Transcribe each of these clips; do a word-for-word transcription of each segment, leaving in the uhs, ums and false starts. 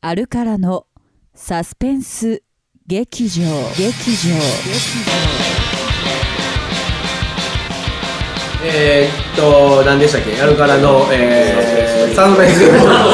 アルカラのサスペンス劇場劇場えー、っと何でしたっけ、アルカラの、えー、サスペンス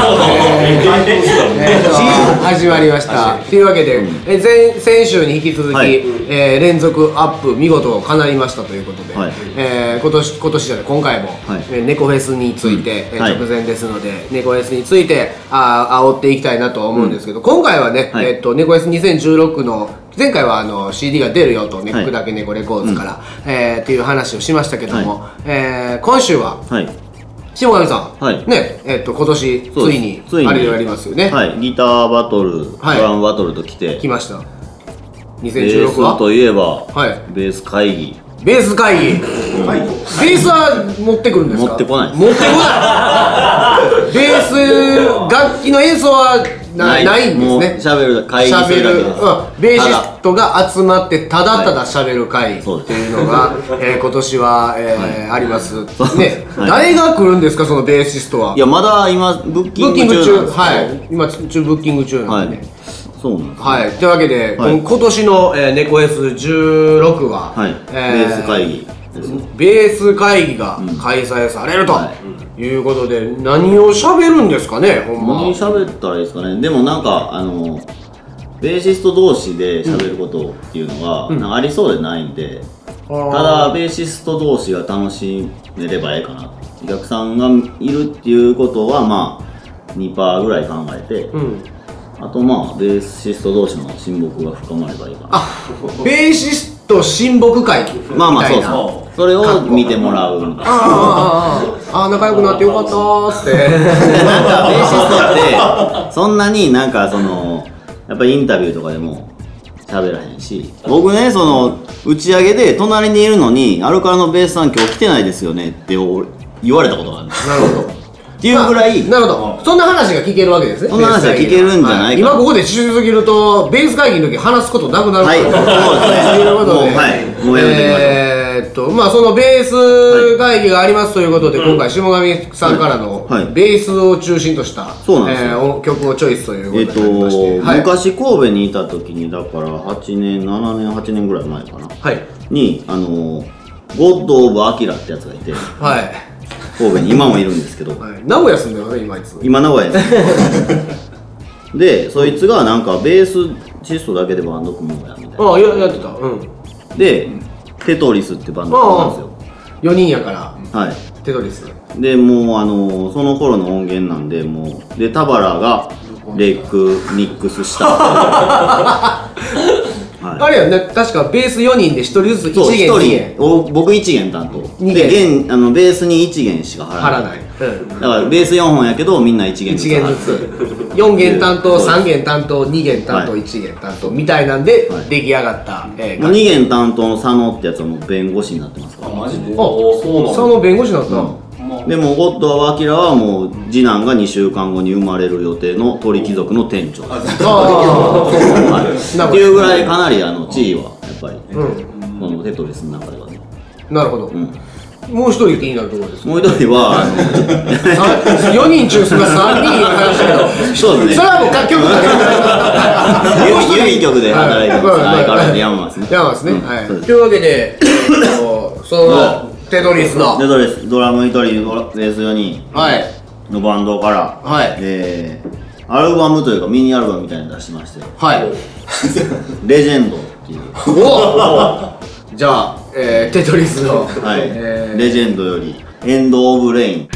始まりました。というわけで、うん、え前先週に引き続き、はい、えー、連続アップ見事叶いましたということで、はい、えー、今年今年じゃない今回も、はい、えー、猫フェスについて、うん、直前ですので、はい、猫フェスについてあ煽っていきたいなと思うんですけど、うん、今回はね、はい、えー、っと猫フェスにせんじゅうろくの前回はあの シーディー が出るよと、ネックだけ猫レコーズから、はい、えー、っていう話をしましたけども、はい、えー、今週は、はい、下上さん、はい、ね、えー、っと今年ついにあれをやりますよね。 はい、ギターバトル、はい、ドラムバトルと来て来ました。にせんじゅうろくはベースといえば、はい、ベース会議ベース会議、うん、ベースは持ってくるんですか？ 持ってこない。 持ってこないベース楽器の演奏は な, ない, ないんですね。 しゃべる会議するだけです。 うん、ベーシストが集まってただただしゃべる会っていうのが、はい、えー、今年は、えーはい、ありますね。はい、誰が来るんですか、そのベーシストは。 いや、まだ今ブッキング中なんです。 はい、今中ブッキング中なんでね。はい、 そうなんです、ね。 はい、というわけで、はい、今年の、えー、猫フェスじゅうろくは、 はい、えー、ベース会議です。 ベース会議が開催されると、はい、いうことで、何を喋るんですかね、ほんま。 何喋ったらいいですかね。でもなんかあのベーシスト同士で喋ることっていうのが、うん、なんかありそうでないんで、うん、ただベーシスト同士が楽しめればいいかな。お客さんがいるっていうことはまあ にパーセント ぐらい考えて、うん、あとまあベーシスト同士の親睦が深まればいいかな。 あ、ベーシスト親睦会みたいな。 まあまあそうそう。それを見てもらう。ああああ、仲良くなってよかったーって。 なんかベーシストってそんなになんかそのやっぱりインタビューとかでも喋らへんし、僕ね、その打ち上げで隣にいるのにアルカラのベースさん今日来てないですよねって言われたことがあるんです。 なるほど。 っていうぐらい、 なるほど、そんな話が聞けるわけですね。 そんな話が聞けるんじゃないか、はい、 今ここでしすぎるとベース会議の時話すことなくなるから、はい、そうですね。ということで、もう、はい、もうやめてみましょう。えー、っとまあそのベース会議がありますということで、はい、今回下上さんからの、はい、ベースを中心とした、そうなんですよ、えー、曲をチョイスということになりまして、えーとはい、 昔神戸にいた時に、だからはちねんななねんはちねんぐらい前かな、はい、にあのゴッド・オブ・アキラってやつがいて、はい、神戸に今もいるんですけど、はい、 名古屋住んでるのね、今いつ今名古屋ですで、そいつがなんかベースシストだけでバンド組むのやみたいな。 ああ、や, やってた、うん、 で、テトリスってバンド組むんですよ。 よにんやから、 はい、 テトリスで、もうあのその頃の音源なんで、もうで、田原がレックミックスしたはい、 あれやね、確かベースよにんでひとりずついちげんにげん、 僕いちげん担当で、弦あのベースにいちげんしか払わない、うん、だからベースよんほんやけどみんないちげんずついちげんずつよんげん担当、さんげん担当、にげん担当、はい、いちげん担当みたいなんで出来上がった、はい、えー、 にげん担当の佐野ってやつはもう弁護士になってますから。あ、マジで？あ、 そうなん佐野弁護士になった、うん、 でもゴッド・アキラはもう次男がにしゅうかんごに生まれる予定の鳥貴族の店長です。っていうぐらいかなりあの地位はやっぱり、うん、このテトリスの中ではね。 なるほど、うん、もう一人気になるところです。 もう一人はよにん中それがさんにんいる話だけど、そうですね、それはもう楽曲だけ郵便局で働いてます。相変わらず山ますね。 山ますね、はい。というわけでそのテトリスのテトリスドラムひとり、ベースよにんのバンドから、はい、えー、アルバムというかミニアルバムみたいなの出しまして、はい、レジェンドっていう。 おじゃあ、えー、テトリスの、 はい、えー、レジェンドよりエンド・オブ・レイン。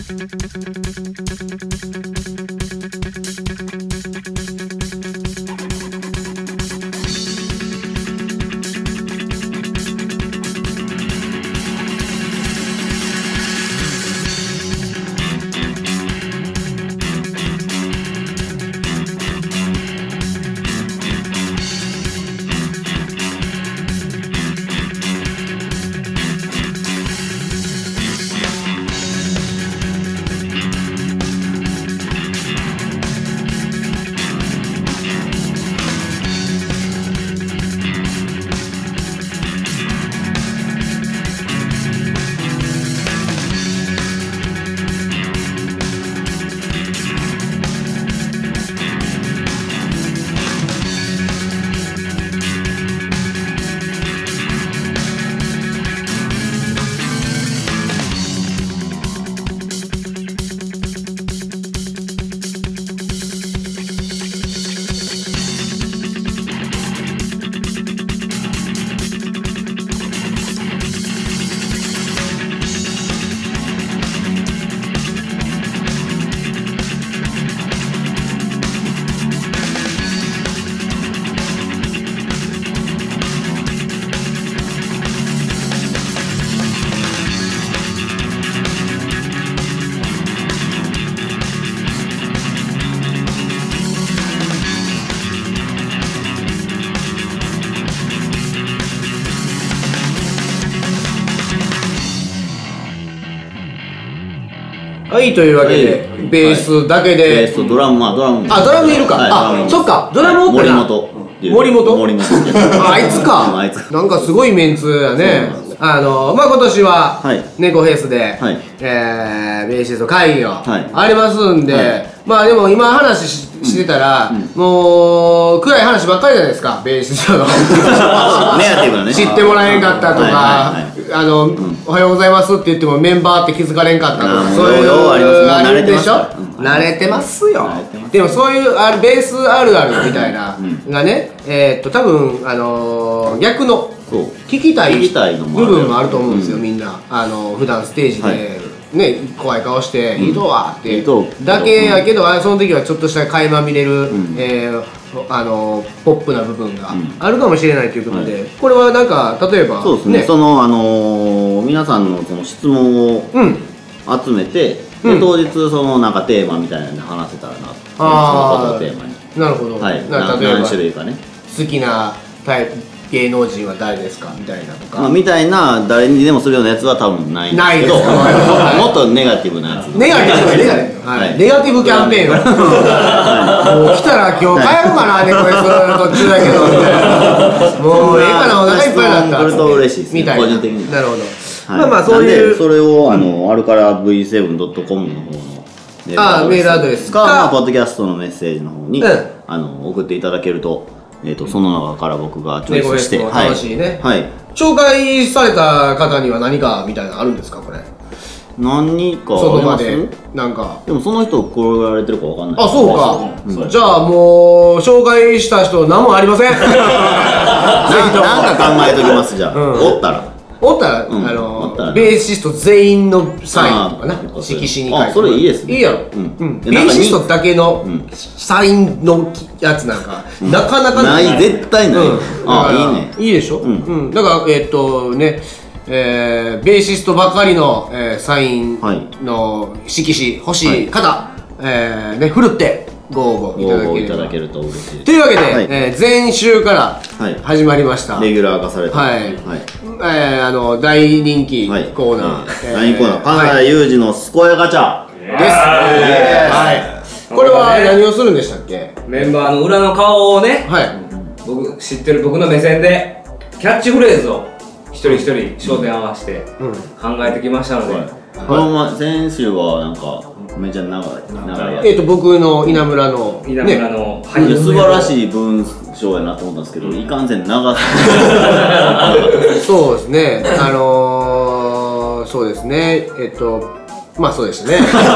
はいというわけでベースだけでベースとドラムまあドラムあドラムいるかあそっかドラムおったな森本森本森本あいつかあいつなんかすごいメンツやねあのまあ今年は猫フェスでえベーシスト会議がありますんでまあでも今話してたらもう暗い話ばっかりじゃないですかベーシストのネガティブなね知ってもらえんかったとかあのおはようございますって言ってもメンバーって気づかれんかったとかそういうあるでしょ慣れてますよでもそういうあベースあるあるみたいながねえっと多分あの逆の聞きたい部分もあると思うんですよみんなあの普段ステージでね怖い顔して「いいとは」ってだけやけどその時はちょっとした垣間見れるえあのポップな部分があるかもしれないということでこれはなんか例えばそうですねそのあの皆さんのその質問を集めて当日そのなんかテーマみたいなので話せたらなそのことをテーマになるほど例えば何種類かね好きなタイプ芸能人は誰ですかみたいなとか、 まあ、みたいな誰にでもするようなやつは多分ないんですけどもっとネガティブなやつネガティブネガティブ、はい、ネガティブキャンペーンもう来たら今日帰ろうかな猫フェス途中だけどみたいなもうええかなお腹いっぱいになった来ると嬉しいですねみたいな個人的になるほど、 はい、 まあまあそういうそれをあのアルカラ ブイセブンドットコム の方のメールアドレスかまあポッドキャストのメッセージの方に、うん、あの送っていただけるとえー、とその中から僕がチョイスして楽しいね、 はいはい、 紹介された方には何かみたいなのあるんですかこれ何かその場でなんかでもその人来られてるかわかんないあそうか、うん、じゃあもう紹介した人何もありませんぜひともなんか考えときますじゃあ、うん、おったらおったら、うん、あのベーシスト全員のサインとかな色紙に書いてあそれいいですねいいやろ、うんうん、ベーシストだけのサインのやつなんか、うん、なかなかないない絶対ない、うん、あいいねいいでしょ、うんうん、だからえー、っとねえー、ベーシストばかりの、えー、サインの色紙欲しい方、はいえーね、ふるってご応募いただけるいただけると嬉しいです。 というわけで、はいえー、前週から始まりました、 はい、レギュラー化された、 はいはいえー、あの大人気コーナー、はいえー、大人気コーナー金谷裕二の健やガチャです、はい、これは何をするんでしたっけ。 メンバーの裏の顔をね、はい、僕知ってる僕の目線でキャッチフレーズを一人一人焦点合わせて考えてきましたので、うんはいこのま先週はなんかめちゃ長い長いやつえっと僕の稲村の稲村の、 ね、はい素晴らしい文章やなと思ったんですけど、うん、いかんせん長すぎそうですねあのー、そうですねえっとまあそうですねだから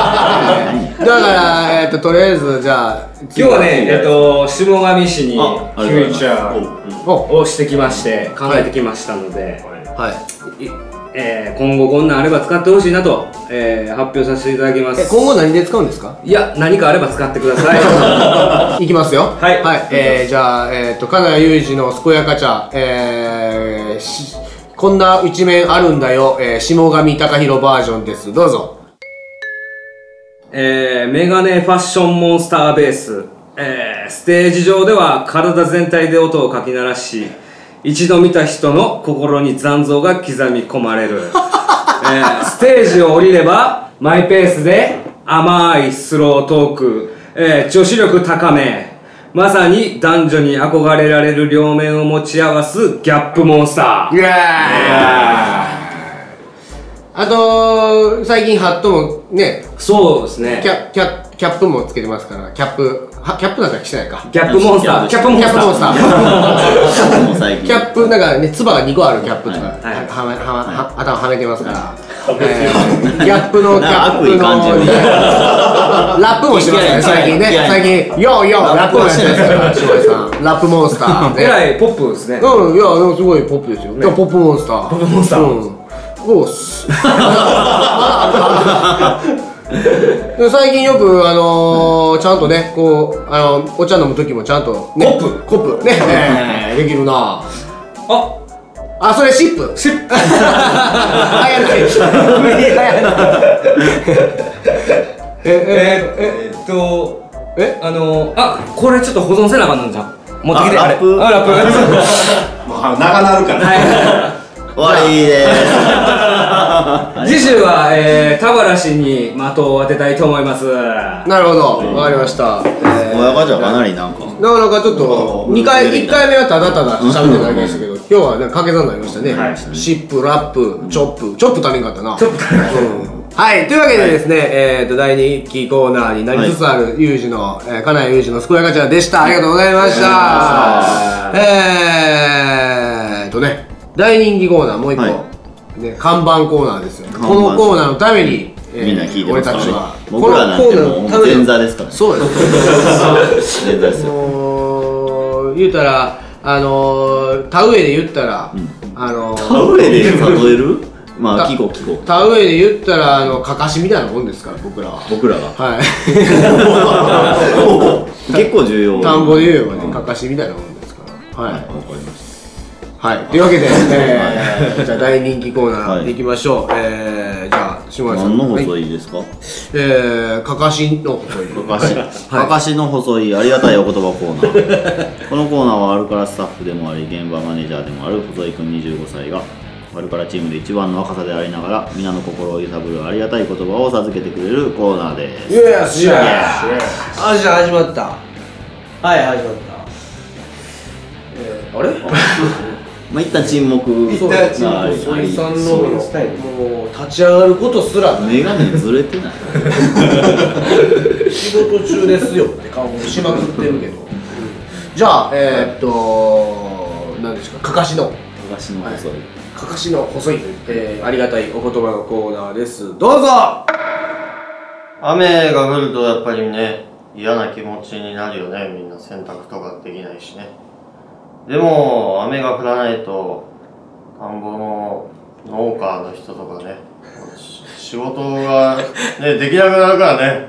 、えっと、とりあえずじゃあ今日はね、えっと、下上市にフューチャーをしてきまして考えてきましたので、はいはいえー、今後こんなんあれば使ってほしいなと、えー、発表させていただきます。 え今後何で使うんですか。 いや何かあれば使ってくださいいきますよはい、はいえー、じゃあ、えー、と金谷裕二の健やか茶、えー、しこんな一面あるんだよ、えー、下上隆弘バージョンですどうぞ。 えー、メガネファッションモンスターベース、えー、ステージ上では体全体で音をかき鳴らし一度見た人の心に残像が刻み込まれる、えー、ステージを降りればマイペースで甘いスロートーク、えー、女子力高めまさに男女に憧れられる両面を持ち合わすギャップモンスター。イエーイ。 あと最近ハットもねそうですねキャキャキャップもつけてますからキャップはキャップなんか着てないかギャップモンスターキャップモンスターキャップなんかねつばがにこあるキャップとか、はいはいははは頭はめてますから、えー、ギャップのキャップのラップもしてますね最近ね最近ヨーヨーラップもしてますからしおりさんラップモンスターえらいポップですねうんいやでもすごいポップですよ、ね、ポップモンスターポップモンスター、うんおっす最近よくあのー、ちゃんとねこうあのお茶飲む時もちゃんと、ね、 コップコップね、えー、できるなああそれシップシップはやないはやないえええっとえあのー、あこれちょっと保存せなあかんのじゃん持ってきてあラップあラップもう長なるからはい終わりでーす次週は、えー、田原氏に的を当てたいと思います。 なるほど、わかりました。 親方はかなりなんかなかなかちょっとにかい、いっかいめはただただ喋ってただけでしたけど、今日はね掛け算になりましたね、はい、シップ、ラップ、チョップ、チョップ足りんかったな。チョップ足りんかった、うん、はい、というわけでですね、はい、えーとだいにきコーナーになりつつあるユージの、えー、金谷ユージの健やかちゃんでした。ありがとうございました。えーとね、大人気コーナーもう一個、はい、ね、看板コーナーですよ。このコーナーのために、えー、みんな聞いてますからね。 僕らなんてもう前座ですからね。 そうです前座ですよ。もう言うたら、あのー、田植えで言ったら、うん、あのー、 田植えで例えるまあ、聞こう聞こう。 田植えで言ったら、あの、かかしみたいなもんですから、僕らは。 僕らがはい。 結構重要。 田んぼで言えばね、かかしみたいなもんですから。はい。わかりました。はい。というわけで、えー、じゃあ大人気コーナーいきましょう。えー、じゃあ、下村さん。 何の細いですか？ えー、かかしの細い。 かかし。かかしの細い、ありがたいお言葉コーナー。このコーナーは、アルカラスタッフでもあり、現場マネージャーでもある細井くんにじゅうごさいが、アルカラチームで一番の若さでありながら皆の心を揺さぶるありがたい言葉を授けてくれるコーナーです。 イエスイエス。あ、じゃあ始まった。はい、始まった。えー、あれまあ一旦沈黙。 一旦沈黙。細井さんのもう立ち上がることすらメガネずれてない仕事中ですよって顔もしまくってるけどじゃあ、えー、っと何ですか、かかしのかかしの細い、 かかしの細い、えー、ありがたいお言葉のコーナーです。どうぞ。 雨が降るとやっぱりね、嫌な気持ちになるよね。みんな洗濯とかできないしね。でも雨が降らないと田んぼの農家の人とかね、仕事がねできなくなるからね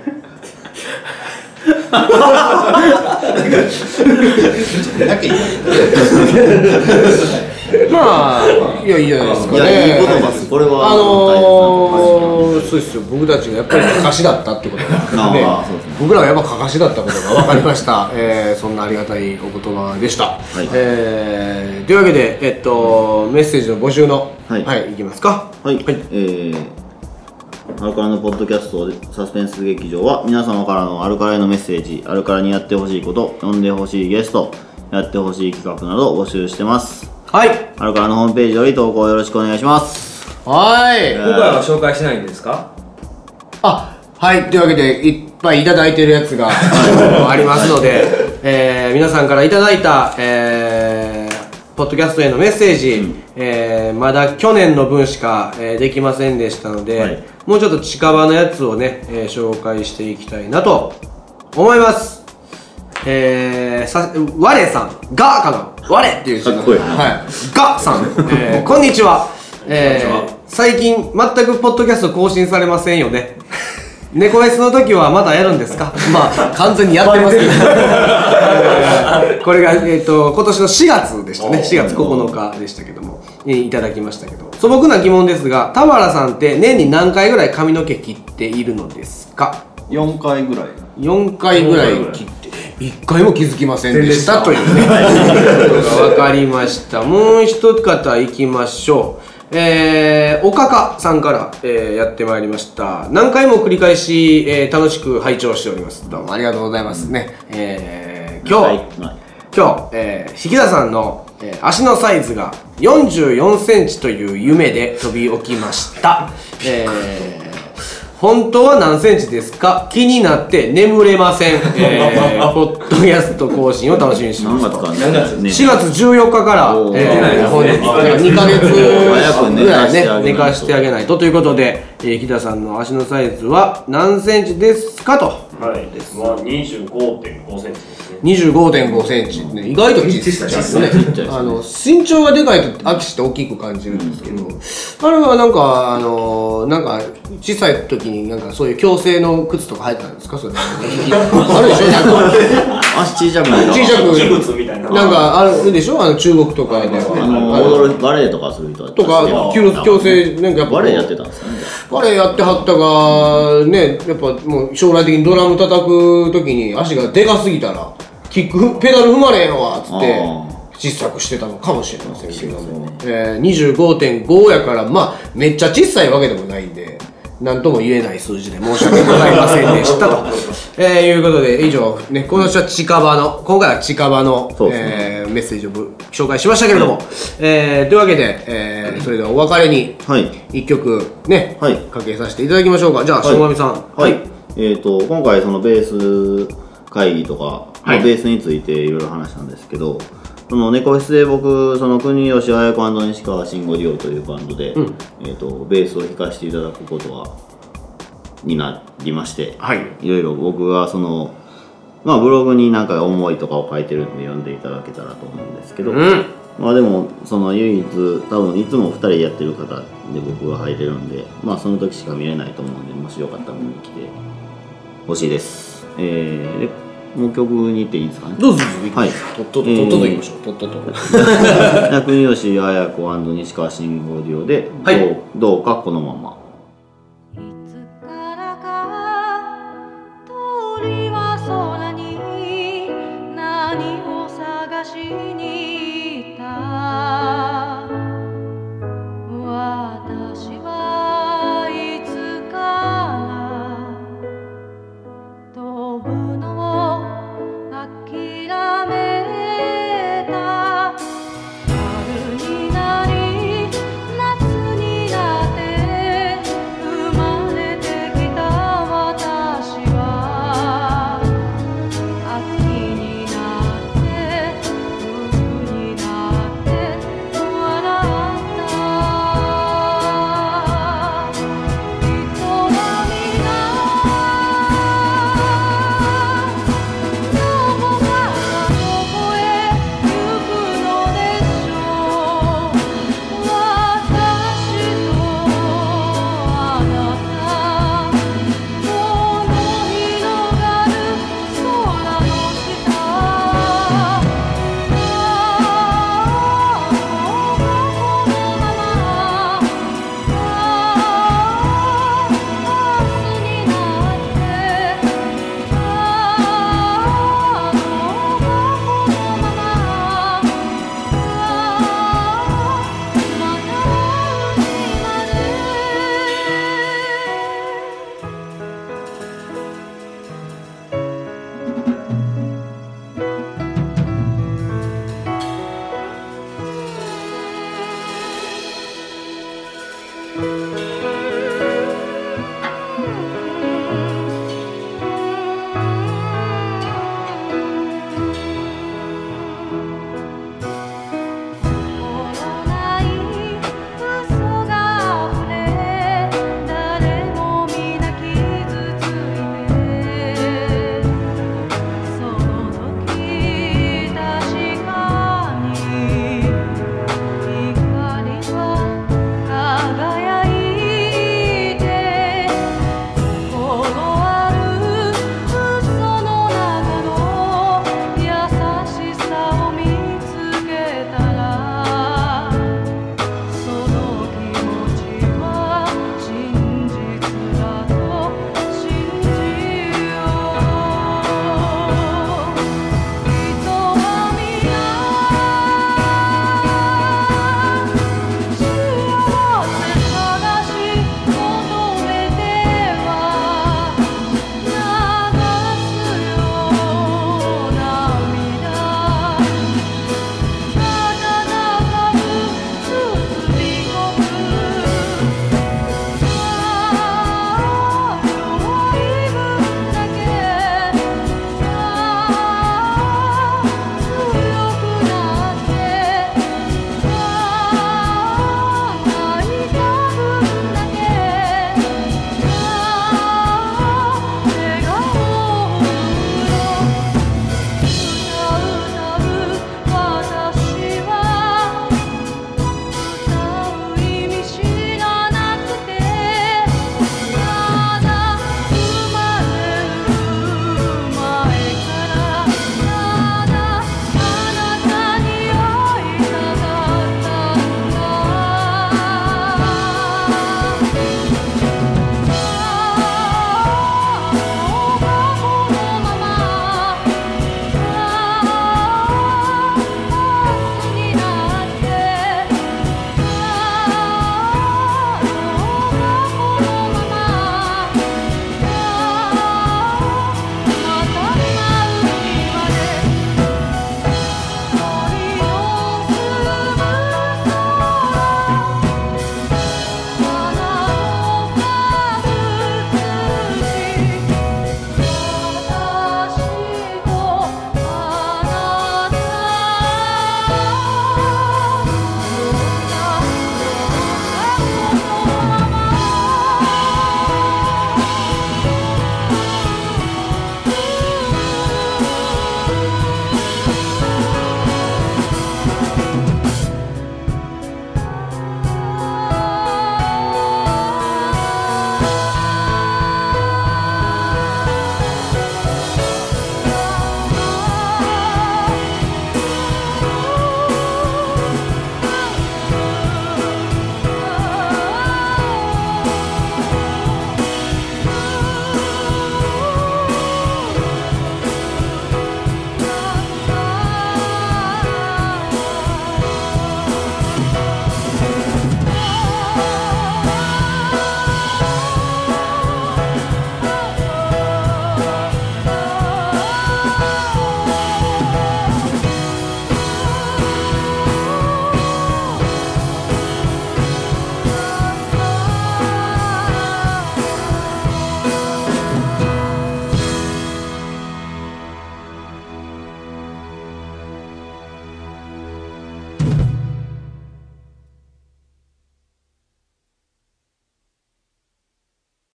まあ、いやいいじゃないですかね。いや、いいことです。これはあのー、そうですよ。僕たちがやっぱりかかしだったってことが、ね、僕らがやっぱかかしだったことが分かりました。えー、そんなありがたいお言葉でした。はい、えー、というわけで、えっとメッセージの募集の、はい、はい、いきますか。 はい。はい、えー。アルカラのポッドキャストサスペンス劇場は皆様からのアルカラへのメッセージ、アルカラにやってほしいこと、呼んでほしいゲスト、やってほしい企画などを募集してます。はい。アルカラのホームページより投稿よろしくお願いします。 はい。 今回は紹介しないんですか？ あ、はい。というわけでいっぱいいただいてるやつがありますので、えー、皆さんからいただいた、えー、ポッドキャストへのメッセージ、うん、えー、まだ去年の分しか、えー、できませんでしたので、はい、もうちょっと近場のやつをね、えー、紹介していきたいなと思います。えー、さ、我さん、がかな我っていう字の、はい、がさん、えー、こんにちは。えー、最近全くポッドキャスト更新されませんよね。猫 S の時はまだやるんですか？まあ完全にやってますけど、えー、これが、えー、と今年のしがつでしたね。しがつここのかでしたけども、えー、いただきましたけど、素朴な疑問ですが、田原さんって年に何回ぐらい髪の毛切っているのですか？ よんかいぐらい。 よんかいぐらい切っていっかいも気づきませんでしたというねことが分かりました。もう一方いきましょう。えー、おかかさんから、えー、やってまいりました。何回も繰り返し、えー、楽しく拝聴しております。どうもありがとうございますね。えー、今日、はい、今日、えー、引田さんの、えー、足のサイズがよんじゅうよんセンチという夢で飛び起きました。えー本当は何センチですか？気になって眠れません。えー、ポッドキャスト更新を楽しみにしてますと。しがつじゅうよっかから、えー、本日にかげつぐらいね、寝かしてあげないとということで、えー、木田さんの足のサイズは何センチですかと。 はい、です。まあ、にじゅうごてんごセンチですね。 にじゅうごてんごセンチね、意外と小さいですね。あの身長がでかいとアキシって大きく感じるんですけど、うん、あれはなんかあのなんか小さい時になんかそういう矯正の靴とか履いてたんですか？それあるでしょ？なんか足小さくないの？ 小さく器物みたいな。 なんかあるでしょ？あの中国とかで、ね、 あの踊るバレエとかする人とか矯正なんかやっぱバレエやってたんですかね。 バレエやってはったがね、やっぱもう将来的にドラム叩く時に足がでかすぎたらキックペダル踏まれへんわっつって小さくしてたのかもしれませんけども、ねえー、にじゅうごてんご やからまあめっちゃ小さいわけでもないんで何とも言えない数字で申し訳ございませんでしたと、えー、いうことで以上、ね、この人は近場の今回は近場の、ねえー、メッセージを紹介しましたけれども、はいえー、というわけで、えー、それではお別れにいっきょくね、はい、かけさせていただきましょうか。じゃあ下上さんはい、はいはい、えーと今回そのベース会議とか、はい、ベースについていろいろ話したんですけど、その猫フェスで僕その国吉綾子&西川慎吾デュオというバンドで、うんえー、とベースを弾かせていただくことはになりまして、はい、いろいろ僕がそのまあブログになんか思いとかを書いてるんで読んでいただけたらと思うんですけど、うん、まあでもその唯一多分いつもふたりでやってる方で僕が入れるんで、まあその時しか見れないと思うんで、もしよかったら見に来てほしいです。えー、でもう曲に行っていいですかね。 どうぞどうぞ。はい。とっとととっとといきましょう。とっとと。 国吉綾子&西川慎吾デュオで、はい、どう、どうかこのまま。 いつからか鳥は空に何を探しに